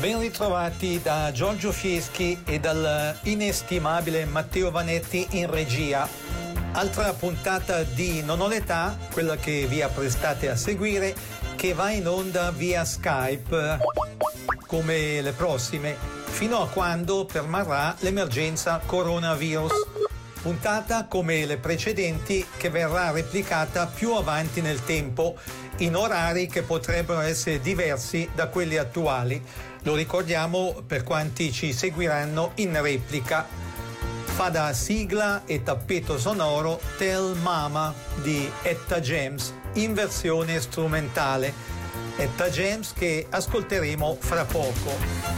Ben ritrovati da Giorgio Fieschi e dal inestimabile Matteo Vanetti in regia. Altra puntata di Non ho l'età, quella che vi apprestate a seguire, che va in onda via Skype, come le prossime, fino a quando permarrà l'emergenza coronavirus. Puntata come le precedenti che verrà replicata più avanti nel tempo, in orari che potrebbero essere diversi da quelli attuali. Lo ricordiamo per quanti ci seguiranno in replica. Fa da sigla e tappeto sonoro Tell Mama di Etta James in versione strumentale. Etta James che ascolteremo fra poco.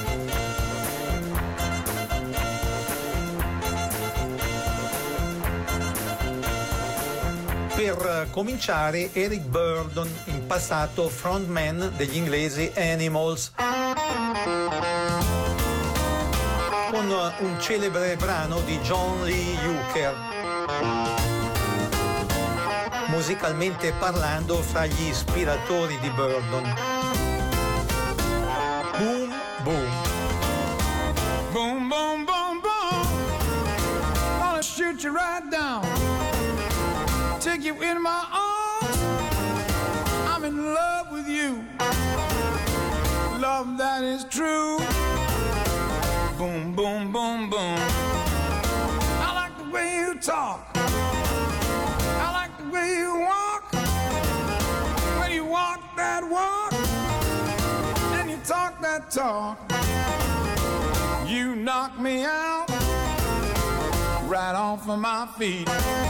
Per cominciare, Eric Burdon, in passato frontman degli inglesi Animals, con un celebre brano di John Lee Hooker, musicalmente parlando fra gli ispiratori di Burdon. Boom, boom. Boom, boom, boom, boom. Gonna shoot you right down. Take you in my arms. I'm in love with you. Love that is true. Boom, boom, boom, boom. I like the way you talk. I like the way you walk. When you walk that walk and you talk that talk, you knock me out right off of my feet.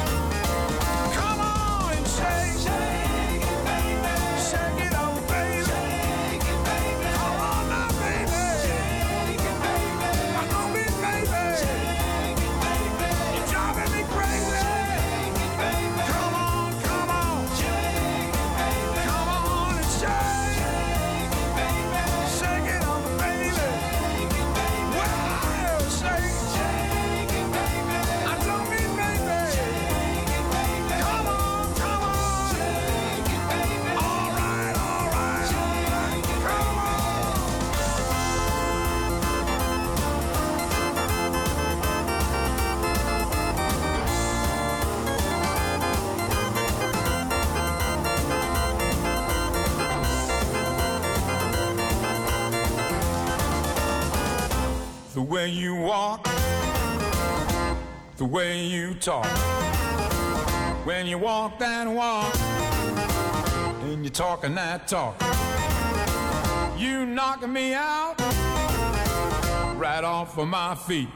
The way you walk, the way you talk. When you walk that walk, and you're talking that talk, you knocking me out right off of my feet.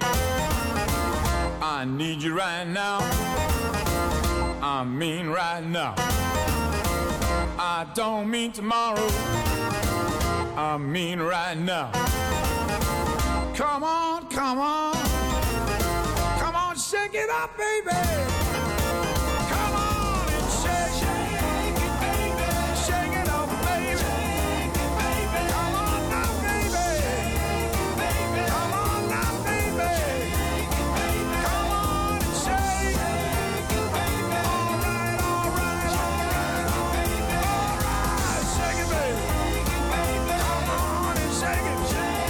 I need you right now, I mean right now. I don't mean tomorrow, I mean right now. Come on, come on, come on, shake it up, baby. Come on and shake it, baby. Shake it up, baby. Shake it, baby. Come on now, baby. Shake it, baby. Come on now, baby. Shake it, baby. Come on and shake it, baby. All right, all right, all right, all right. Shake it, baby. Come on and shake it.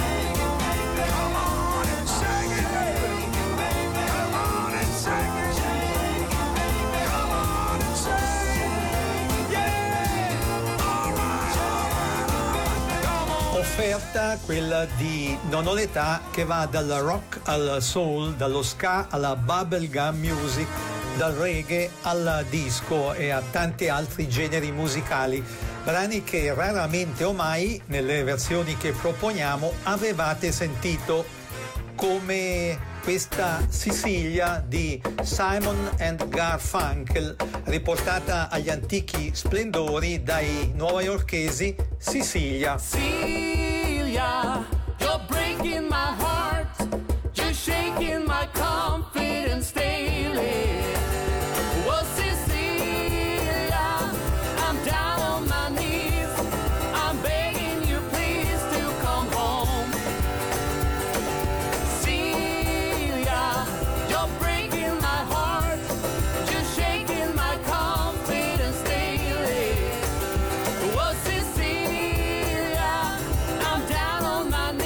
Offerta quella di Non ho l'età, che va dal rock al soul, dallo ska alla bubblegum music, dal reggae al disco e a tanti altri generi musicali, brani che raramente o mai nelle versioni che proponiamo avevate sentito, come questa Sicilia di Simon and Garfunkel, riportata agli antichi splendori dai newyorkesi Sicilia. Cecilia, you're breaking my heart, you're shaking my confidence daily. Oh, Cecilia, I'm down on my knees, I'm begging you please to come home. Celia, you're breaking my heart, you're shaking my confidence daily. Oh, Cecilia, I'm down on my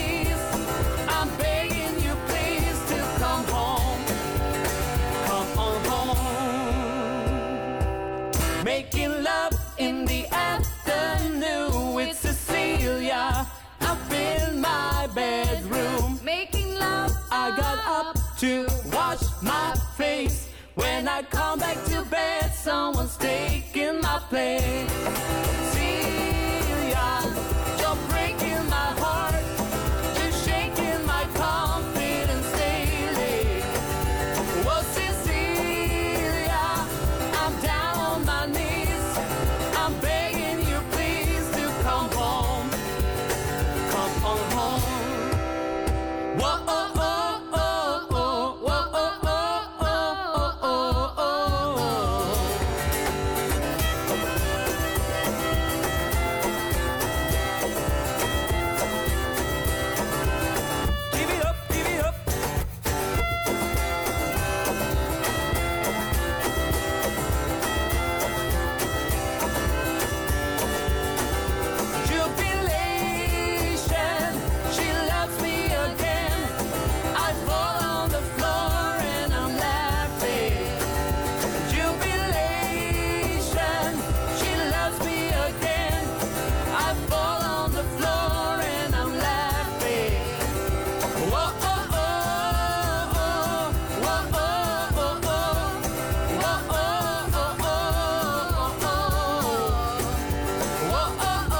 making love in the afternoon with Cecilia up in my bedroom. Making love. I got up to wash my face. When I come back to bed, someone's taking my place. Celia, you're breaking my heart. You're shaking my confidence daily. Oh, Cecilia, I'm down on my knees. I'm begging you, please, to come home. Come on home. Whoa, oh, oh, oh, oh, whoa, oh, oh, oh, oh, oh, oh. Give it up, give it up. Jubilation, she loves me again. I fall on the floor and I'm laughing. Jubilation, she loves me again. I fall on the floor and I'm laughing. Whoa, oh, oh, oh, whoa, oh, oh, oh, whoa, oh, oh, oh, oh, whoa, oh, oh, oh,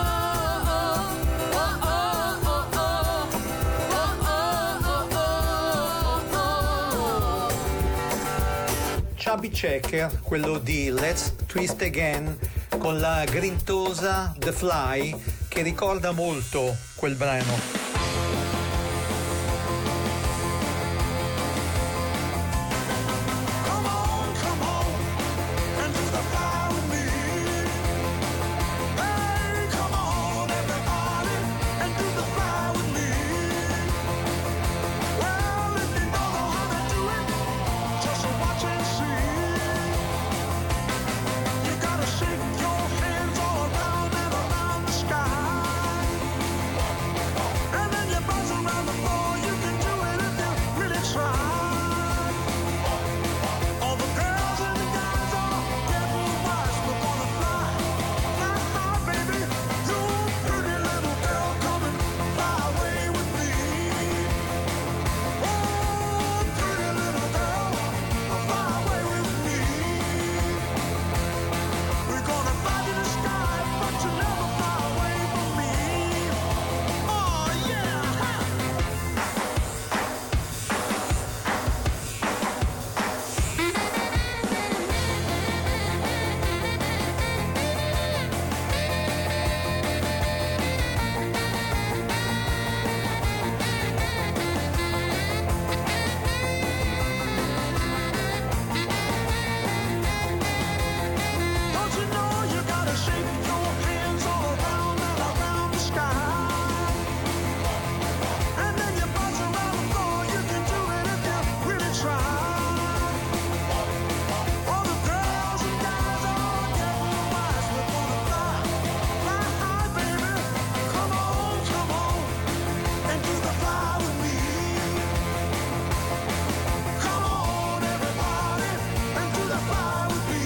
Chubby Checker, quello di Let's Twist Again, con la grintosa The Fly, che ricorda molto quel brano. Come on, and do the fly with me. Hey, come on, everybody, and do the fly with me. Well, if you don't know how to do it, just watch and see. You gotta shake your hands all around and around the sky. And then you bounce around the floor. You can do it if you really try. All the girls and the guys are getting wise. We're gonna fly, fly high, baby. You pretty little girl, come and fly away with me. Oh, pretty little girl, fly away with me. We're gonna fly to the sky, but you never fly away from me. Oh yeah. Don't you know you gotta shake your hands all around and around the sky? And then you bounce around the floor. You can do it if you really try. All the girls and guys are getting wise. We're gonna fly, fly high, baby. Come on, and do the fly with me. Come on, everybody, and do the fly with me.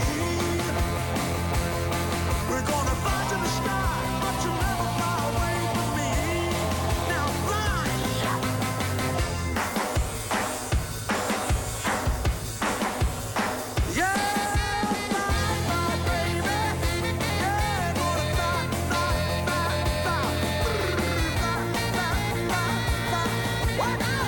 We're gonna fly to the sky, but you never fly away from me. Now fly! Yeah, fly, fly, baby. Yeah, gonna fly, fly, fly, fly. Fly, fly, fly, fly. Why not?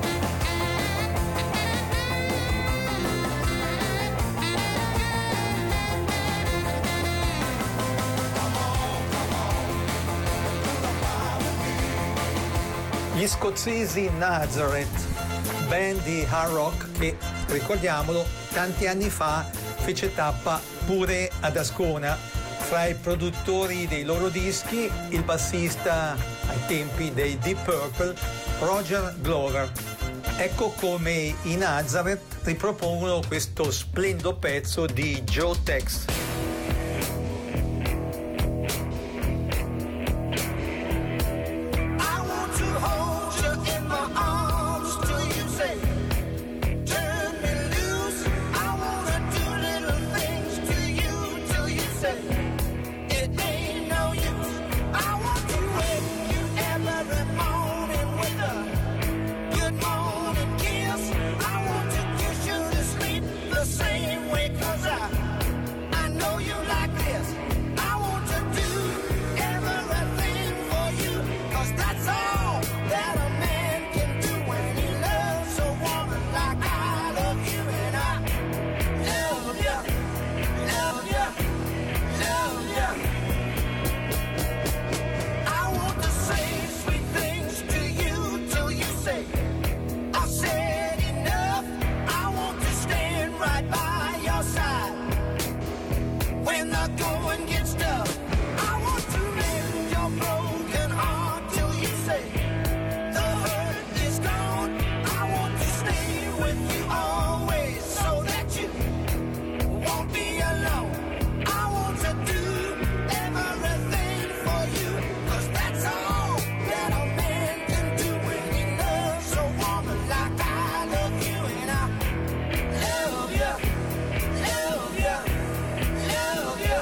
Gli scozzesi Nazareth, band di hard rock che, ricordiamolo, tanti anni fa fece tappa pure ad Ascona. Fra i produttori dei loro dischi, il bassista ai tempi dei Deep Purple, Roger Glover. Ecco come i Nazareth ripropongono questo splendido pezzo di Joe Tex. I want to hold you in my arms till you say, turn me loose. I wanna do little things to you the same way, 'cause I know you like this. I want to do everything for you, 'cause that's all that a man can do when he loves a woman like I love you. And I love you, love you, love you. I want to say sweet things to you till you say I said enough. I want to stand right by your side when the going gets tough. I want to mend your broken heart till you say the hurt is gone. I want to stay with you always so that you won't be alone. I want to do everything for you, 'cause that's all that a man can do when he loves a woman like I love you. And I love you, love you, love you.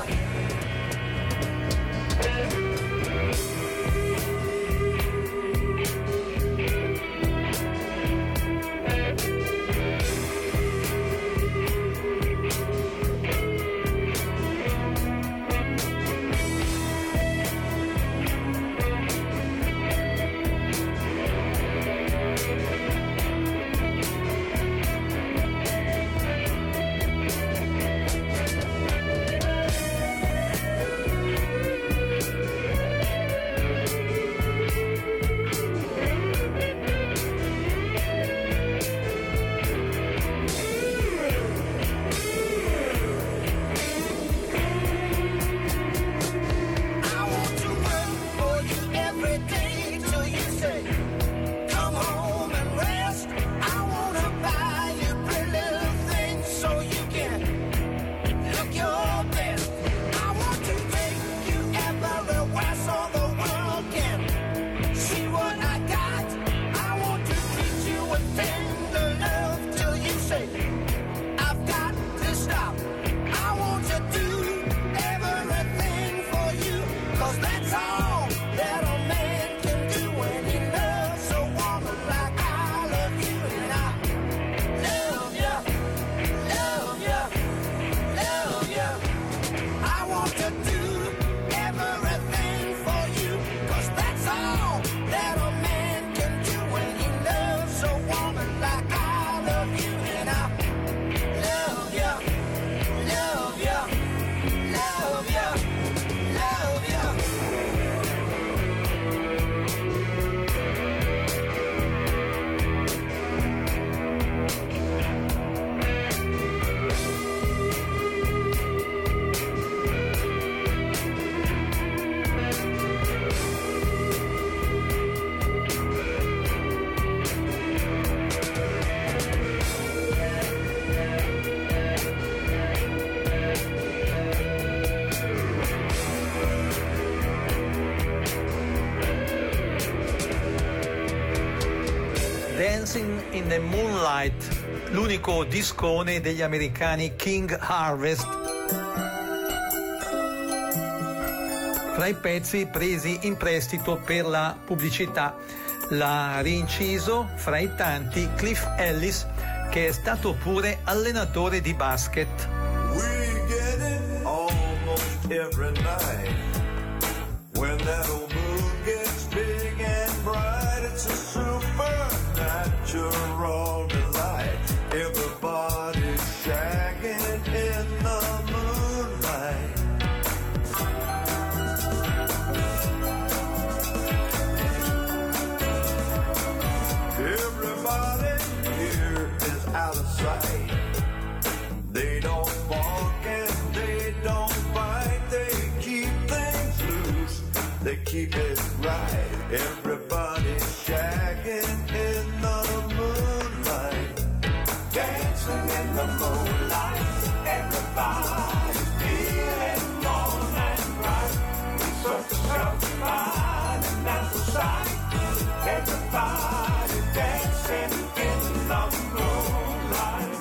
I want to work for you every day till you say come home and rest. I want to buy you pretty little things so you can look your best. I want to take you everywhere so the world can see what I got. I want to treat you with tender love till you say I've got to stop. I want to do everything for you, 'cause that's all that a man can do when he loves a woman like I love you. And I love you, love you, love you. I want to do everything for you, 'cause that's all that a man can do when he loves a woman like I love you. And I love you, love you, love you, love you. Dancing in the Moonlight, l'unico discone degli americani King Harvest. Tra i pezzi presi in prestito per la pubblicità, l'ha rinciso fra i tanti Cliff Ellis, che è stato pure allenatore di basket. We get it almost every night. When that old moon gets big and bright, it's a supernatural delight. Everybody's shagging in the moonlight. Everybody here is out of sight. They don't bark and they don't bite. They keep things loose. They keep it right. Everybody's shagging in the moonlight. Dancing in the moonlight. Everybody's feeling warm and bright. It's such a fun and natural sight. Everybody dancing in the moonlight.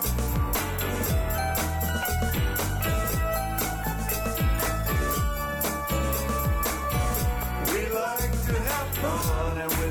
We like to have fun and we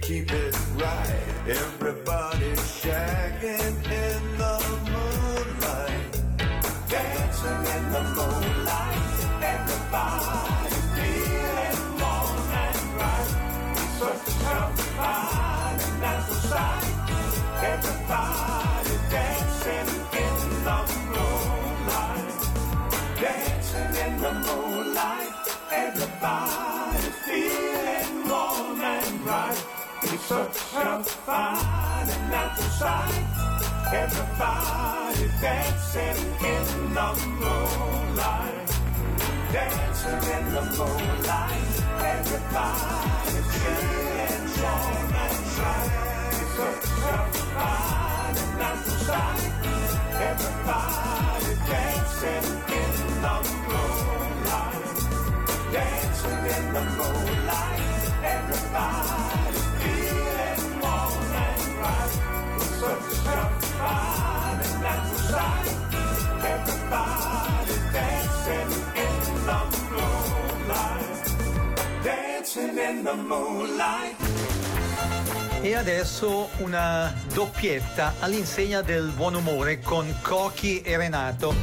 keep it right. Everybody's shagging in the moonlight, dancing in the moonlight. Everybody feeling warm and right. Such a fine and natural sight. Everybody dancing in the moonlight, dancing in the moonlight. Everybody feeling warm and bright. It's such a fine and natural sight. Everybody dancing in the moonlight, dancing in the moonlight. Everybody feeling warm and bright. It's such a fine and natural sight. Everybody dancing in the moonlight, dancing in the moonlight. Everybody feeling warm and bright. Such a fine and natural sight. Everybody dancing in the moonlight, dancing in the moonlight. E adesso una doppietta all'insegna del buon umore con Cochi e Renato.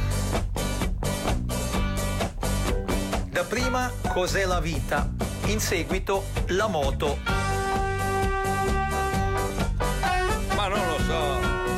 Dapprima Cos'è la vita, in seguito La moto. Ma non lo so.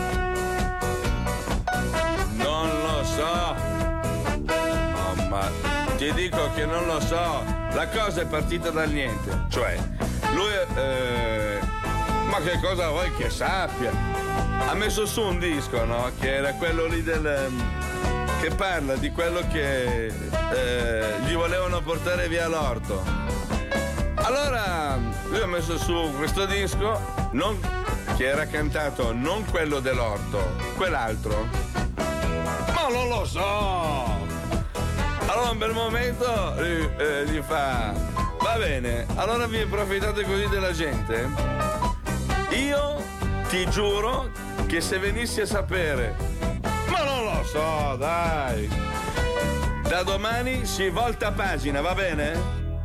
Non lo so. Oh, ma ti dico che non lo so. La cosa è partita dal niente. Cioè, lui ma che cosa vuoi che sappia? Ha messo su un disco, no? Che era quello lì che parla di quello che gli volevano portare via l'orto. Allora lui ha messo su questo disco che era cantato non quello dell'orto, quell'altro. Ma non lo so. Allora un bel momento gli fa: va bene, allora vi approfittate così della gente? Io ti giuro che se venissi a sapere, ma non lo so, dai, da domani si volta pagina, va bene?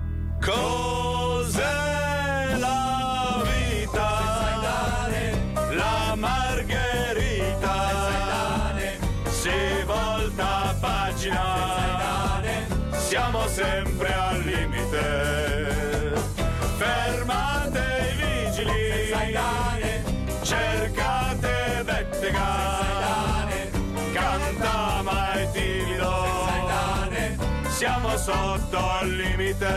Cos'è la vita? La margherita. Si volta pagina. Siamo sempre al limite. Fermate i vigili. Cercate Bettega. Canta mai timido. Siamo sotto al limite.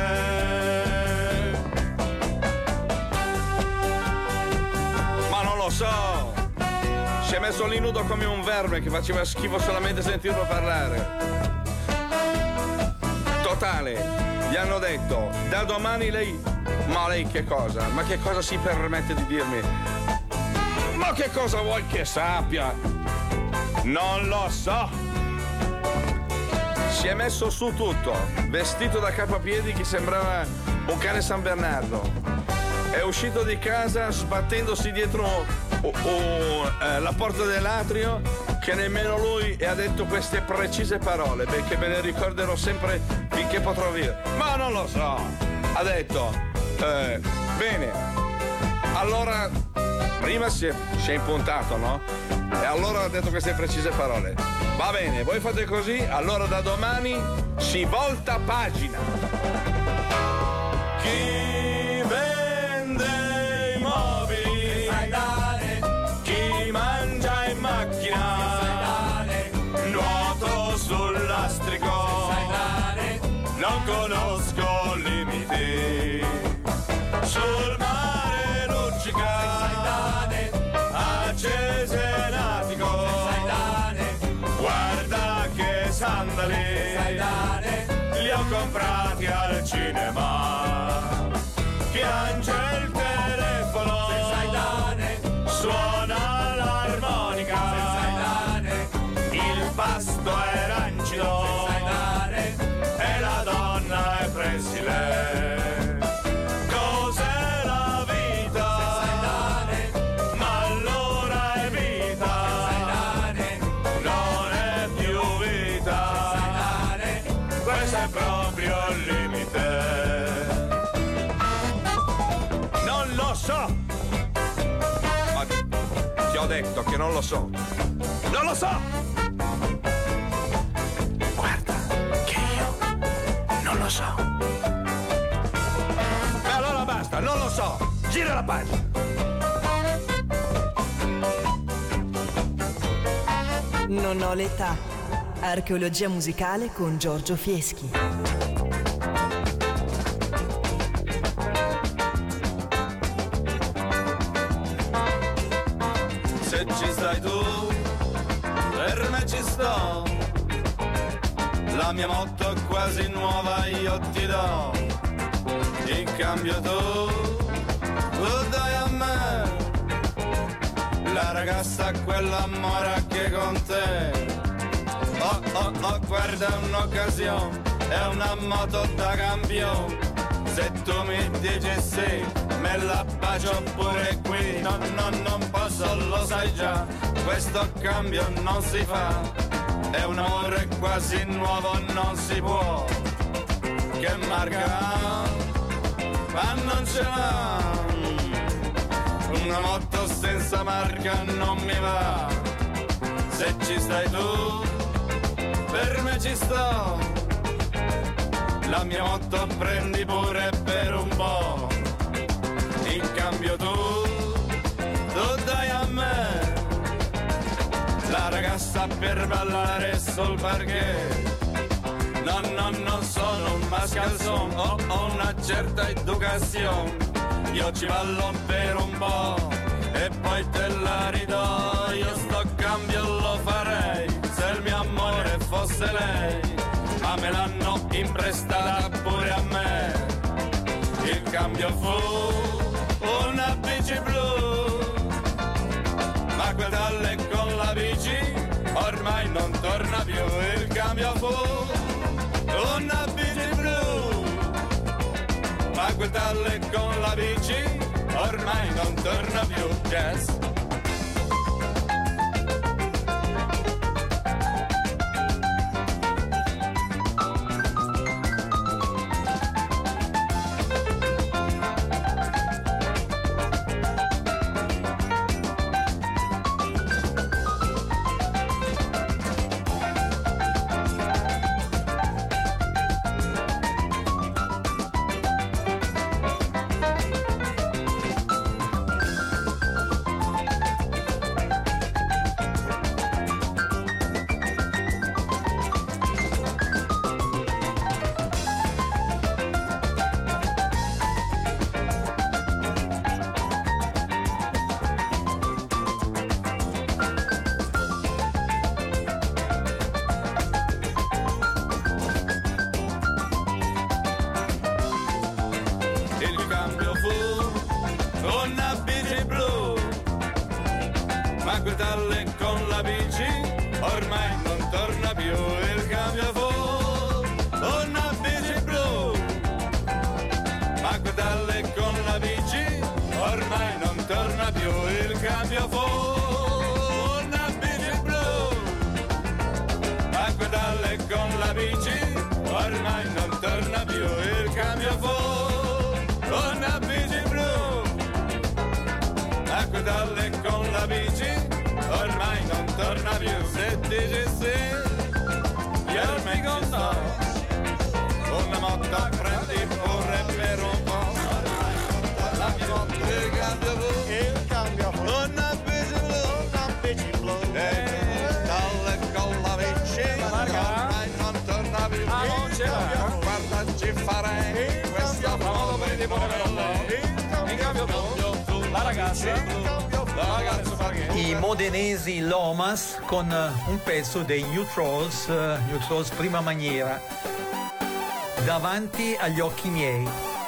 Ma non lo so. Si è messo lì nudo come un verme che faceva schifo solamente sentirlo parlare. Totale, gli hanno detto da domani lei. Ma lei che cosa? Ma che cosa si permette di dirmi? Ma che cosa vuoi che sappia? Non lo so. Si è messo su tutto, vestito da capo a piedi che sembrava un cane San Bernardo. È uscito di casa sbattendosi dietro la porta dell'atrio, che nemmeno lui ha detto queste precise parole, perché me le ricorderò sempre finché potrò vivere. Ma non lo so. Ha detto, bene, allora prima si è impuntato, no? E allora ha detto queste precise parole. Va bene, voi fate così, allora da domani si volta pagina. Chi vende i mobili, chi mangia in macchina, nuoto sul lastrico, non conosco limiti. Sul mare luccica, Cesenatico, guarda che sandali li ho comprati al cinema. Piange il telefono, suona l'armonica, il pasto è rancido e la donna è pressile. Proprio al limite. Non lo so. detto che non lo so. Non lo so! Guarda, che io non lo so. E allora basta, non lo so. Gira la pagina. Non ho l'età. Archeologia musicale con Giorgio Fieschi. Se ci stai tu, per me ci sto. La mia moto è quasi nuova, io ti do. In cambio tu dai a me la ragazza, quella mora che con te. Oh, guarda un'occasione, è una moto da campione. Se tu mi dici sì, me la bacio pure qui. No, non posso, lo sai già, questo cambio non si fa. È un amore quasi nuovo, non si può. Che marca ha? Ma non ce l'ha. Una moto senza marca non mi va. Se ci stai tu, per me ci sto. La mia moto prendi pure per un po'. In cambio tu dai a me la ragazza per ballare sul parquet. No, non sono un mascalzone, ho una certa educazione. Io ci ballo per un po' e poi te la ridò. Io sto cambio lo farei se il mio amore fosse lei, ma me l'hanno imprestata pure a me. Il cambio fu una bici blu, ma guardarle con la bici ormai non torna più. Il cambio fu una bici blu, ma guardarle con la bici ormai non torna più. Jazz. I modenesi Lomas con un pezzo dei New Trolls prima maniera, davanti agli occhi miei.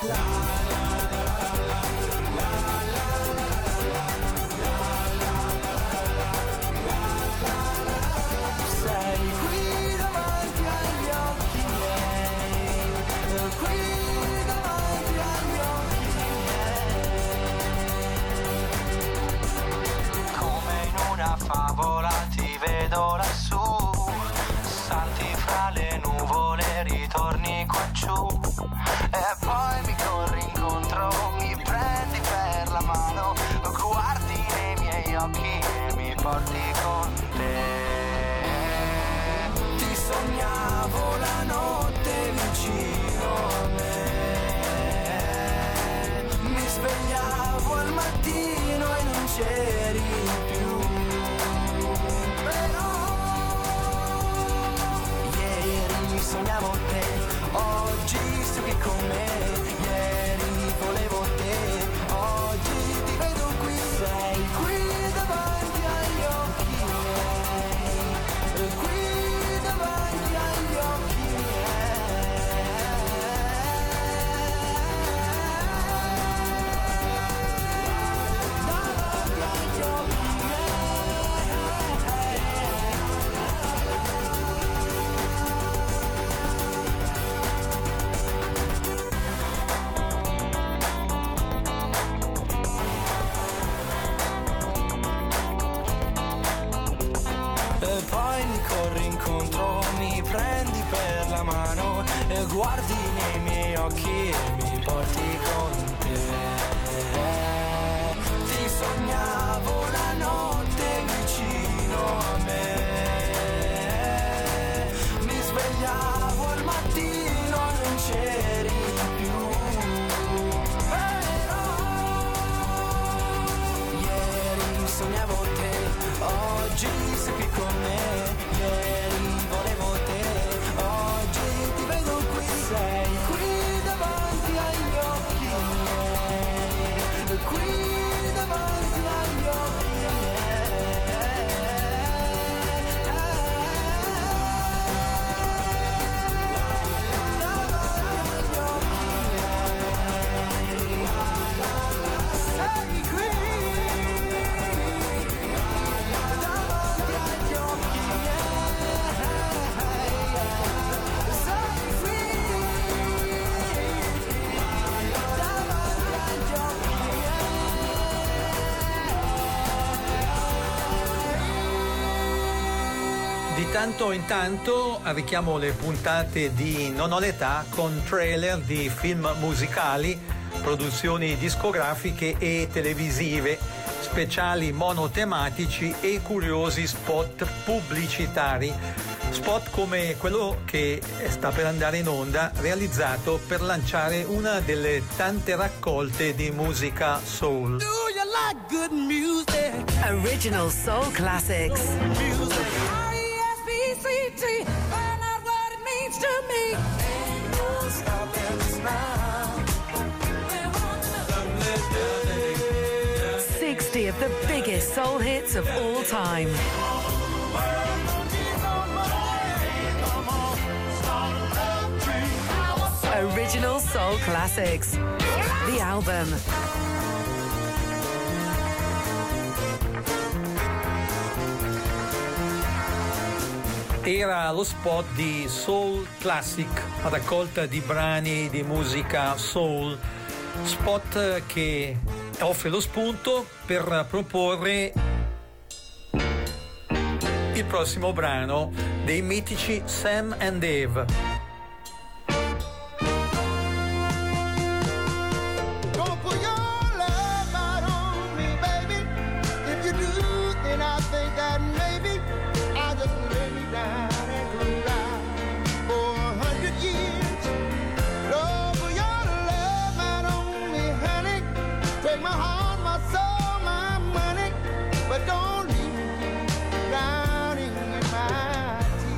Favola ti vedo lassù, salti fra le nuvole, ritorni qua giù e poi mi corri incontro, mi prendi per la mano, guardi nei miei occhi e mi te. Ti sognavo la notte vicino a me. Mi svegliavo al mattino e non c'eri più. Però ieri mi sognavo te, oggi sei qui con me. Ieri volevo te, oggi ti vedo qui. Sei qui davanti agli occhi miei, qui davanti agli occhi e poi mi corri incontro, mi prendi per la mano e guardi nei miei occhi e mi porti con te. Ti sognavo la notte vicino a me. Mi svegliavo al mattino e non c'eri più. Però ieri sognavo te, oggi sei qui con me. Ieri volevo te, oggi ti vedo qui. Sei qui davanti agli occhi miei, qui davanti agli occhi sei qui. Di tanto in tanto arricchiamo le puntate di Non ho l'età con trailer di film musicali, produzioni discografiche e televisive, speciali monotematici e curiosi spot pubblicitari. Spot come quello che sta per andare in onda, realizzato per lanciare una delle tante raccolte di musica soul. Do you like good music? Original Soul Classics. R-E-S-P-C-T, find out what it means to me. Ain't no stopping us now. 60 of the biggest soul hits of all time. Original Soul Classics. The album. Era lo spot di Soul Classic, a raccolta di brani di musica soul, spot che offre lo spunto per proporre il prossimo brano dei mitici Sam and Dave. Don't put your love out on me, baby. If you do, then I think that maybe I'll just lay me down and cry for 100 years. Don't put your love out on me, honey. Take my heart, my soul, my money, but don't leave me drowning in my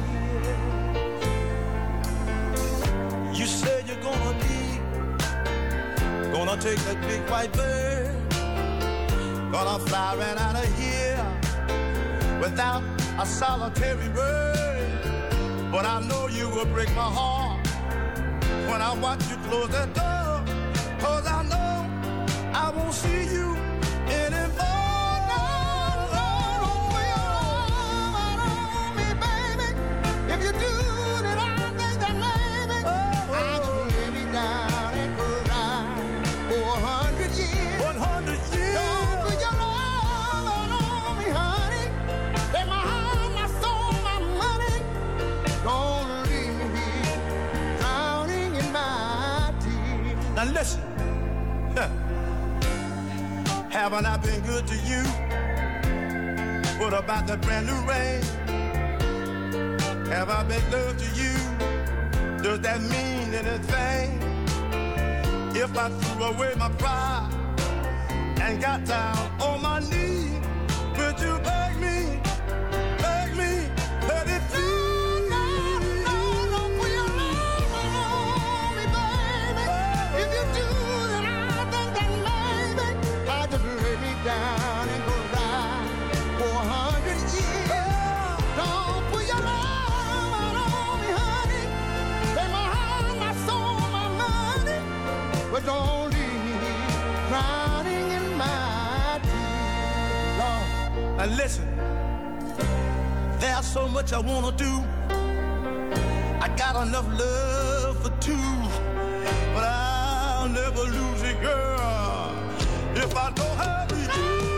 tears. You said you're gonna leave. Gonna take that big white bird. Gonna fly right out of here without a solitary word. But I know you will break my heart when I watch you close that door. 'Cause I know I won't see you anymore. No, don't put your arm around me, baby. If you do, then I think that maybe I'll just lay me down and cry for 100 years. 100 years. Don't put your arm around me, honey. Take my heart, my soul, my money. Don't leave me here drowning in my tears. Now listen. Haven't I been good to you? What about that brand new ring? Have I been good to you? Does that mean anything? If I threw away my pride and got down on my knees, would you beg me, let it please? No, put your love on me, baby. If you do, then I think that maybe I'll just lay me down and go ride for 100 years. Don't put your love on me, honey. Take my heart, my soul, my money, but don't leave me drowning in my tears, Lord. And listen, there's so much I wanna do. I got enough love for two, but I'll never lose it, girl, if I don't have you.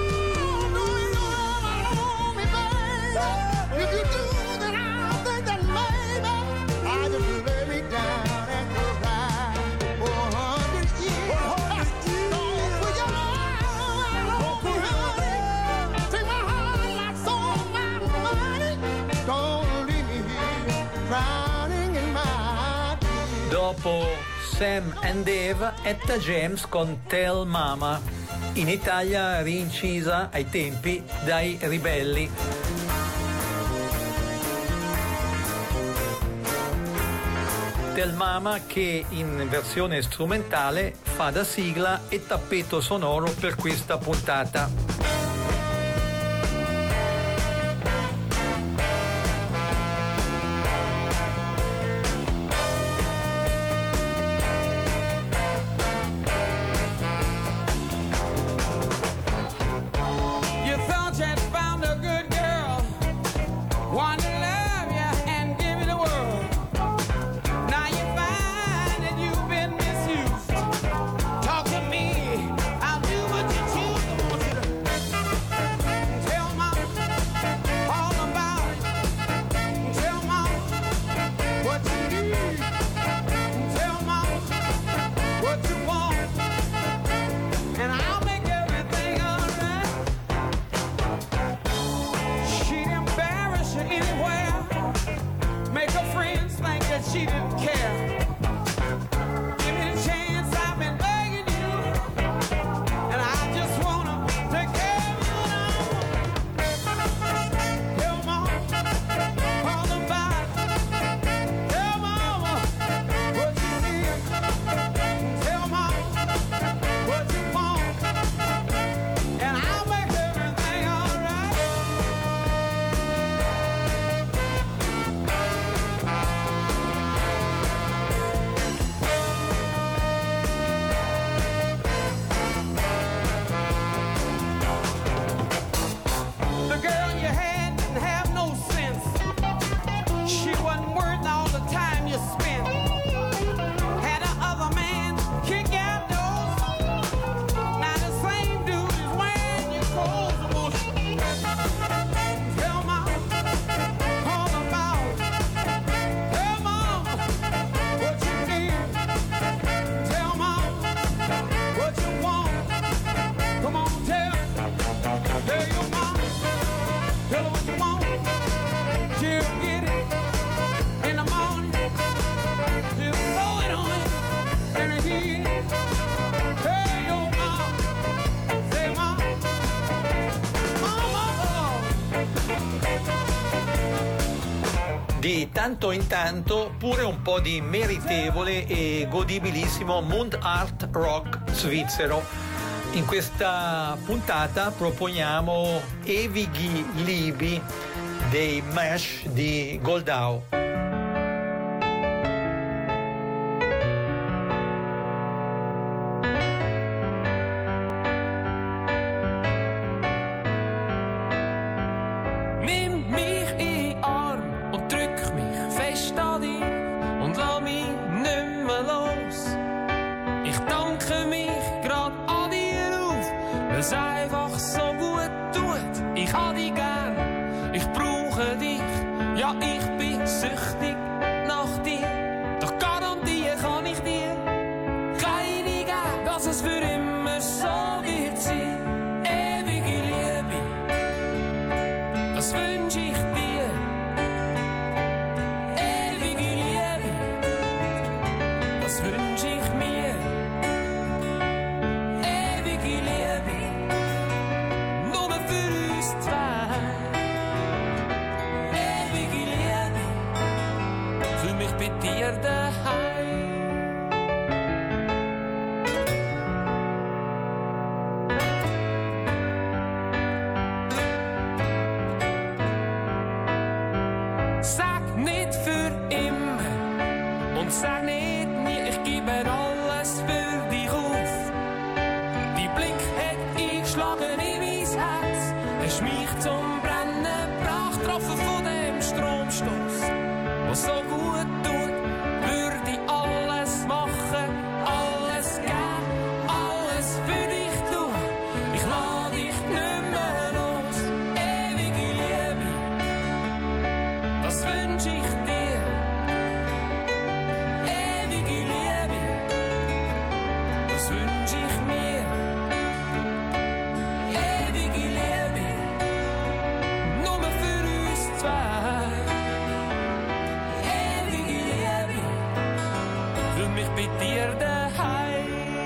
If you do, then I'll think that maybe I just lay me down and go ride for 100 years. Don't put your love on me, honey. Take my heart, my soul, my money. Don't leave me here drowning in my tears. Dopo Sam and Dave, Etta James con Tell Mama, in Italia rincisa ai tempi dai Ribelli. Tell Mama che in versione strumentale fa da sigla e tappeto sonoro per questa puntata. You thought you'd found a good girl, one to love you and give you the world. Now you find that you've been misused. Talk to me, I'll do what you choose. I want you to tell Mom all about it. Tell Mom what you need. Tell Mom what you want, and I'll make everything alright. She'd embarrass you anywhere, make her friends think that she didn't care. Give me the chance, I've been begging you, and I just wanna take care of you now. Tell Mom all about it. Tell Mama what you need. Tell Mom what you want, and I'll make everything alright. The girl you had didn't have no sense. She wasn't worth all the time you spent. Had a other man kick out doors. Now the same dude is wearing your clothes. I want you to tell Mom all about it. Tell Mom what you need. Tell Mom what you want. Come on, tell your mom. Tell her what you want. She'll get it in the morning. She'll throw it on it in the heat. Tell your mom. Say, Mom. Di tanto in tanto pure un po' di meritevole e godibilissimo Mundart rock svizzero. In questa puntata proponiamo Evigi Libi dei Mash di Goldau. Nimm mich in den Arm und drück mich fest an dich und lass mich nicht mehr los. Ich danke mich grad an dir auf, weil's einfach so gut tut. Ich hab dich gern, ich brauche dich, ja ich bin süchtig nach dir. Doch garantieren kann ich dir keine geben, dass es für immer so wird sein. Ewige Liebe. mich bei dir daheim.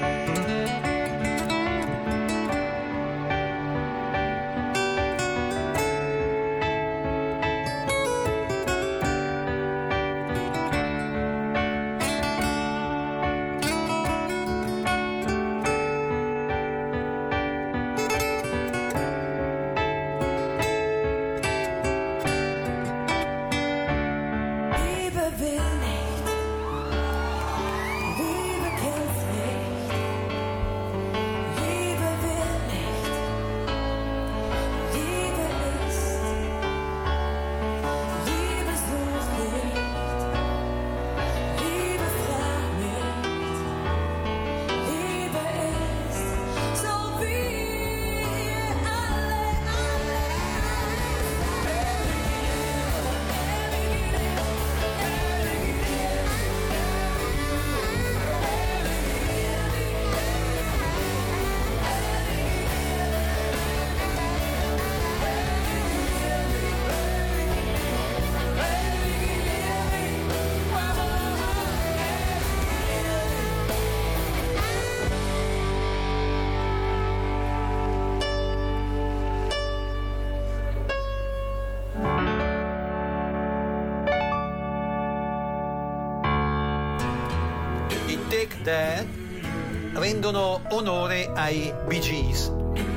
Take That rendono onore ai Bee Gees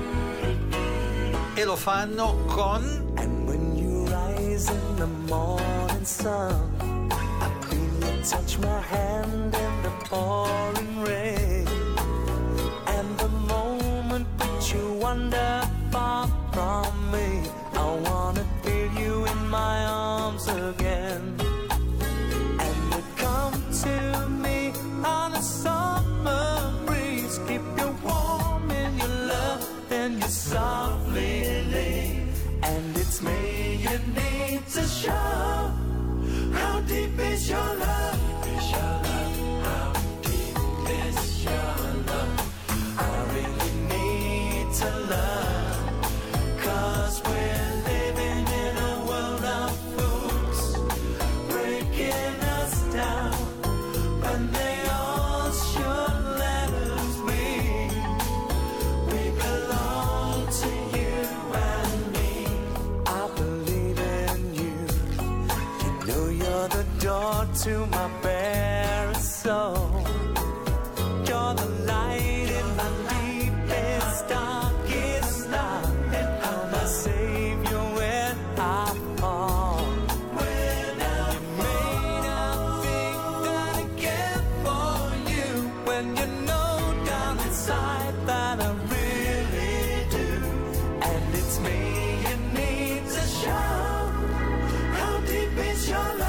e lo fanno con And when you rise in the morning sun, I feel you touch my hand in the pouring rain. And the moment that you wander far from me, I wanna feel you in my arms again. And you come to me on a summer breeze, keep you warm in your love, and you softly leave. And it's me you need to show. How deep is your love? How deep is your love? I really need to love, 'cause we're living in a world of fools, breaking us down, and they all should let us be. We belong to you and me. I believe in you. You know you're the door to my bare soul. You're the light in my deepest, darkest night, and I'm my savior when I fall. When I may not think that I care for you, when you know down inside that I really do. And it's me you need to show. How deep is your love?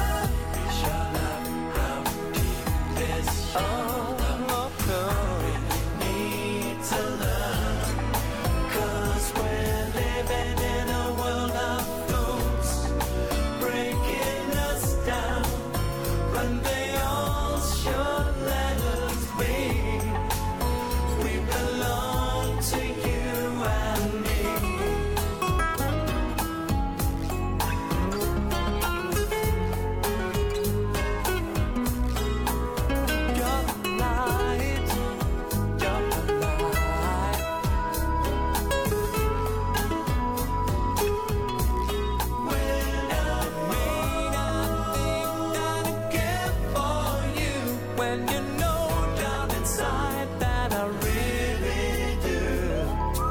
How deep is your love? Need to love, 'cause we're living in a world of fools, breaking us down, when they all should let us be. We belong to you and me. You're the light, you're the light. When I may not think that I care for you, when you know down inside that I really do.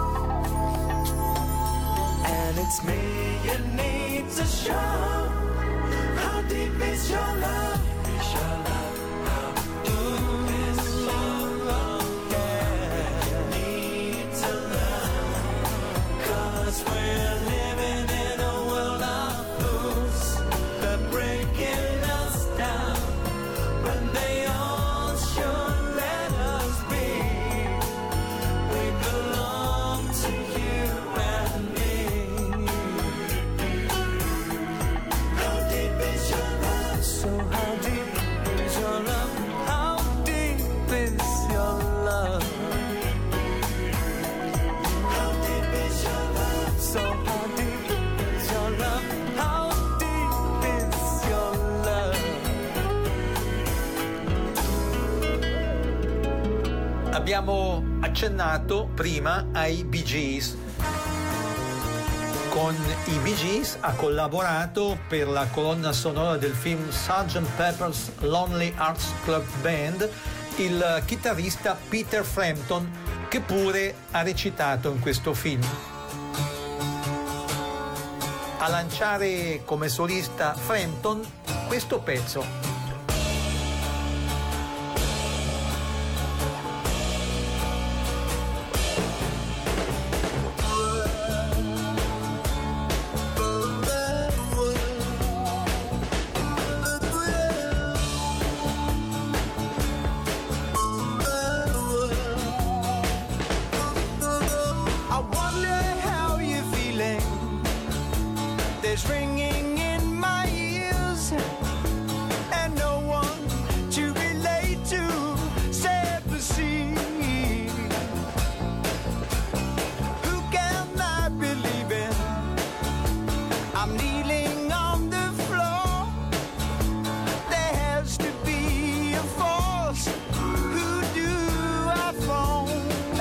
And it's me you need to show. How deep is your love? How deep is your love? Yeah, you need to love, 'cause we're living in a world of fools. They're breaking us down, when they all should let us be. We belong to you and me. How deep is your love? So how deep is Abbiamo accennato prima ai Bee Gees. Con i Bee Gees ha collaborato per la colonna sonora del film Sgt. Pepper's Lonely Hearts Club Band il chitarrista Peter Frampton, che pure ha recitato in questo film. A lanciare come solista Frampton questo pezzo. I wonder how you're feeling. There's ringing in my ears, and no one to relate to, sad to see. Who can I believe in? I'm kneeling on the floor. There has to be a force. Who do I phone?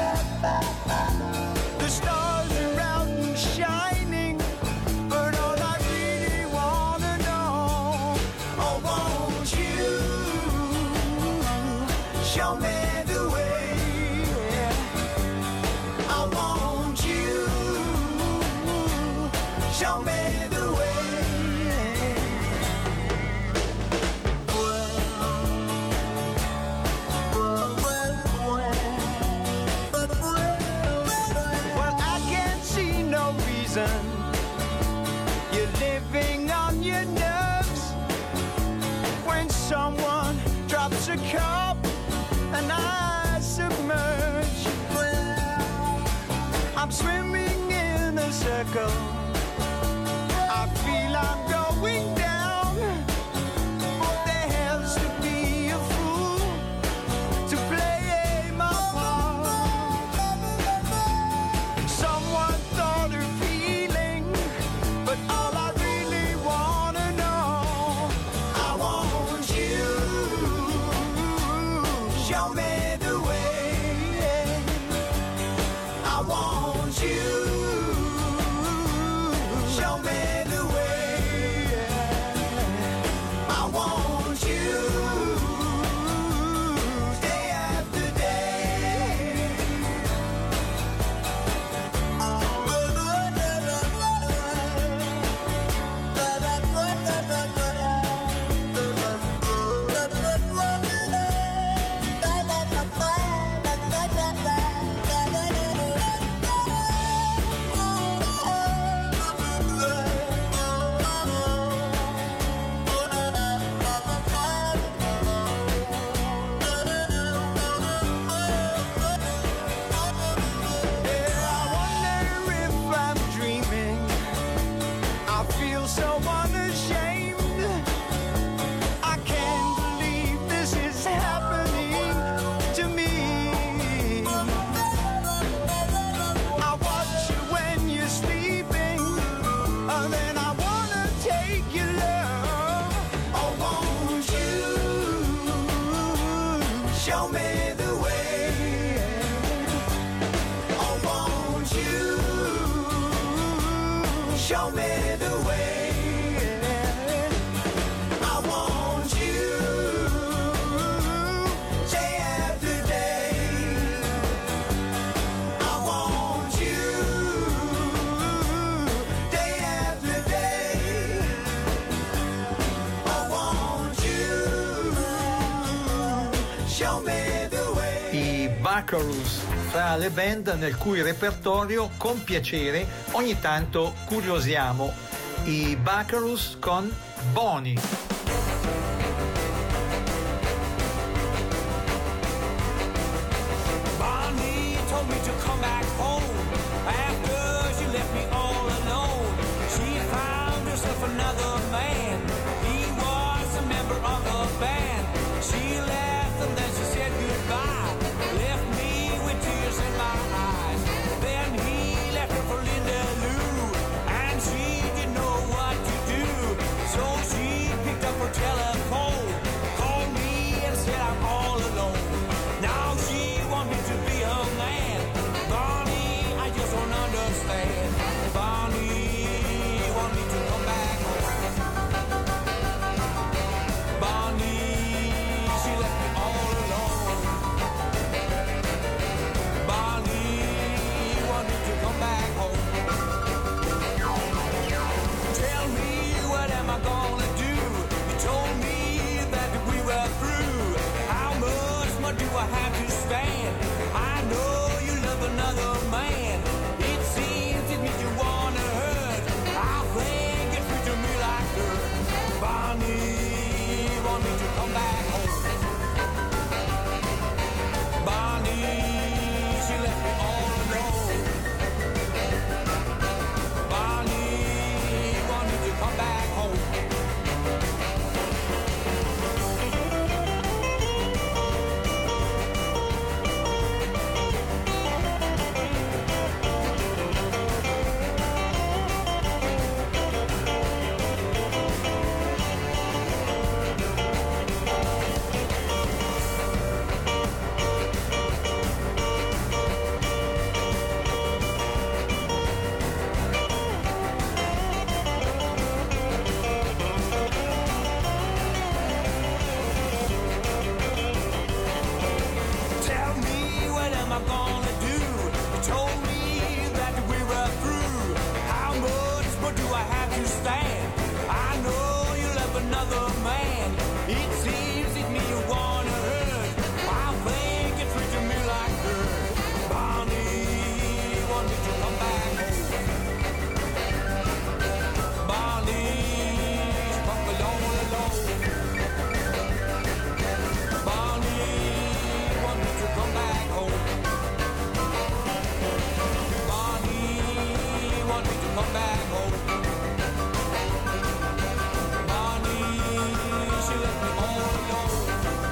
The stars are out and shining, but all I really wanna know, oh, won't you show me the way? I want you show me the way. Well, I can't see no reason. You're living on your nerves. When someone drops a cup and I submerge, I'm swimming in a circle. I feel I'm going down. There has to be a fool to play my part. Someone thought of healing, but all I really wanna know, I want you show me the way. I want you show me the way. I want you day after day. I wonder if I'm dreaming. I feel so unashamed. I can't believe this is happening to me. I watch you when you're sleeping, and then I wanna take your love. Oh, won't you show me the way? Oh, won't you show me the way? I want you day after day. I want you day after day. I want you show me the way. I Buckaroos, fra le band nel cui repertorio con piacere ogni tanto curiosiamo. I Buckaroos con Bonnie. Bonnie told me to come back home after she left me all alone. She found herself another man. He was a member of the band. She left and then she said goodbye. Left me with tears in my eyes. Then he left her for Linda Lou, and she didn't know what to do. So she picked up I gonna do? You told me that we were through. How much more do I have to stand? I know you love another man. It seems it's me you wanna hurt. I think you're treating me like dirt. Bonnie, want me to come back home? Bonnie's probably all alone. Bonnie, want me to come back home? Bonnie, want me to come back home? Bonnie, she left me all alone.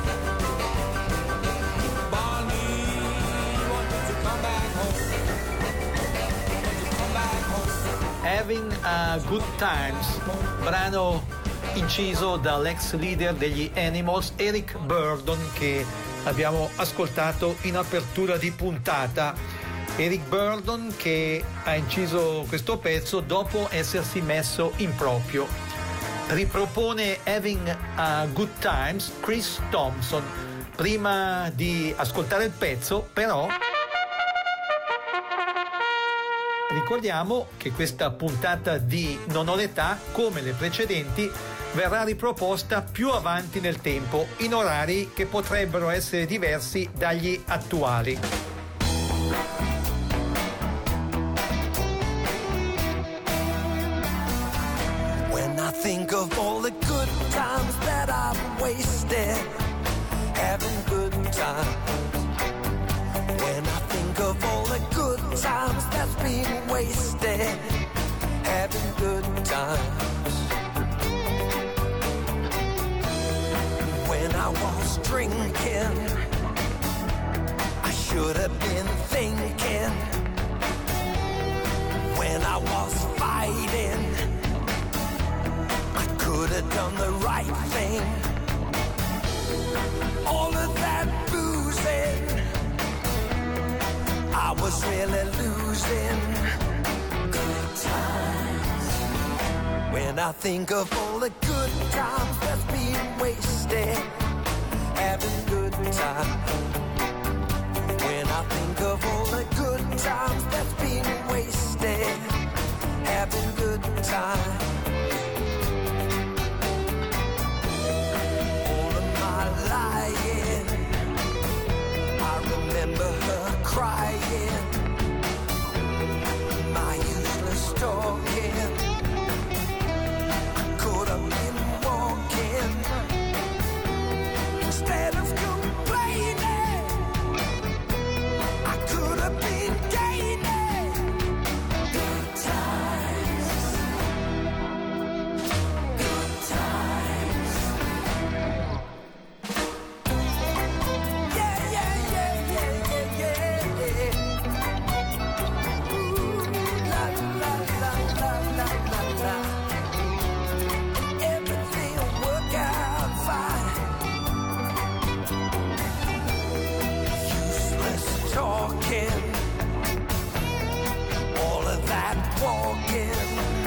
Bonnie, want me to come back home? Want to come back home? Having a Good Times, brano inciso dall'ex leader degli Animals Eric Burdon, che abbiamo ascoltato in apertura di puntata. Eric Burdon che ha inciso questo pezzo dopo essersi messo in proprio. Ripropone Having a Good Times Chris Thompson. Prima di ascoltare il pezzo, però, ricordiamo che questa puntata di Non ho l'età, come le precedenti, verrà riproposta più avanti nel tempo, in orari che potrebbero essere diversi dagli attuali. When I think of all the good times that I've wasted, having good times. When I think of all the good times that's been wasted, having good times. When I was drinking, I should have been thinking. When I was fighting, I could have done the right thing. All of that boozing, I was really losing. Good times. When I think of all the good times that's been wasted, having good times. When I think of all the good times that's been wasted, having good times. All of my lying, I remember her crying. My useless talking, I could have been walking. Instead of complaining, I could have been gaining. Good times. Good times. Yeah, yeah, yeah, yeah, yeah, yeah, yeah. Ooh, la, la, la, la, la, la, la. Everything will work out fine. Useless talking, all of that walking,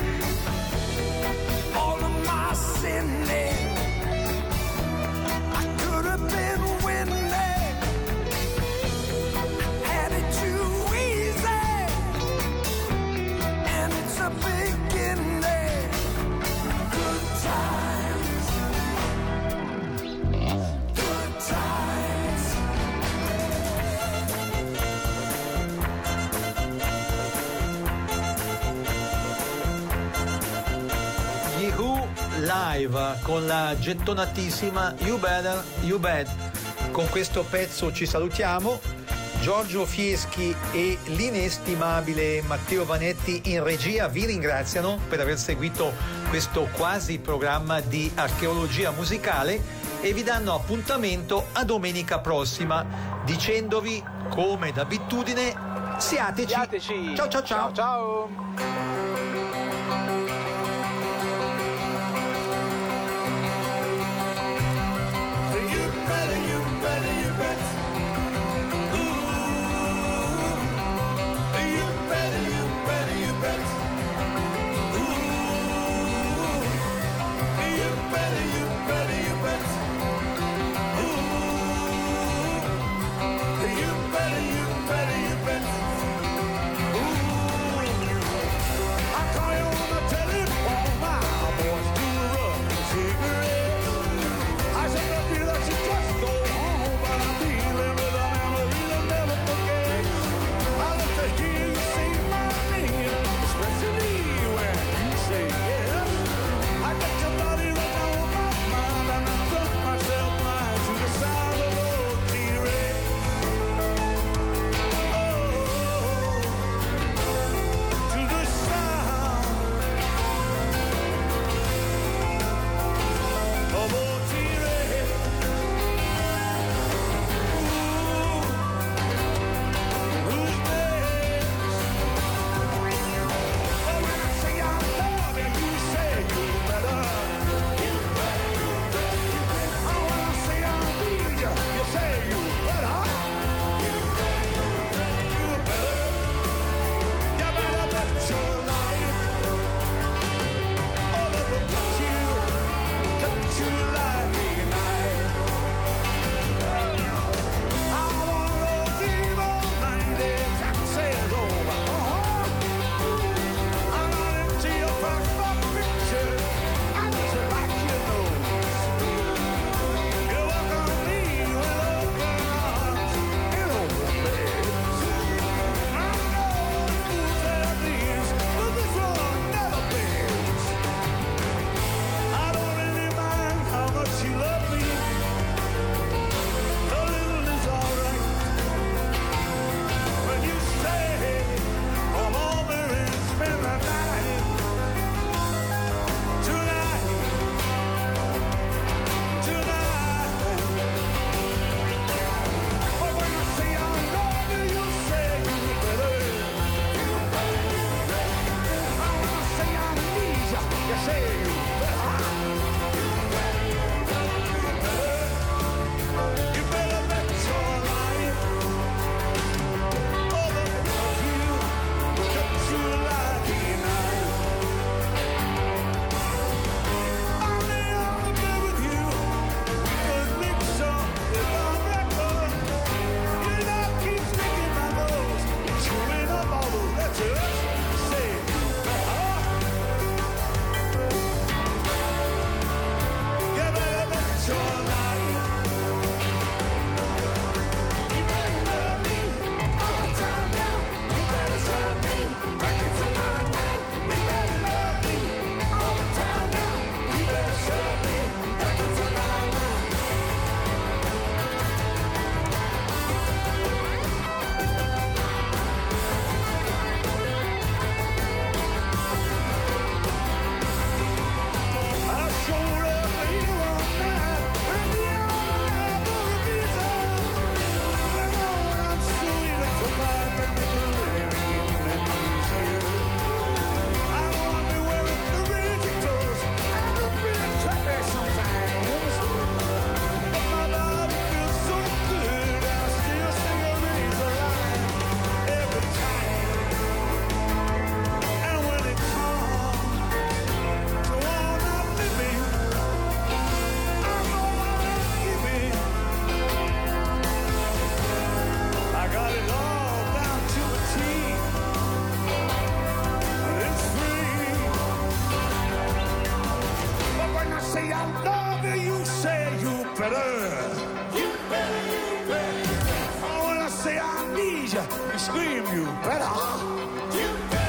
all of my sinning, I could have been winning. Had it too easy, and it's a beginning. Good times. Good times. Gli Who live con la gettonatissima You Better You Bad. Con questo pezzo ci salutiamo. Giorgio Fieschi e l'inestimabile Matteo Vanetti in regia vi ringraziano per aver seguito questo quasi programma di archeologia musicale e vi danno appuntamento a domenica prossima, dicendovi, come d'abitudine, siateci. Ciao ciao ciao. Ciao. You better, you better, you bet. Ooh, you better, you better, you bet. Ooh, you better, you better, you bet. Ooh, you better, you better. say I need you and scream you better. You better.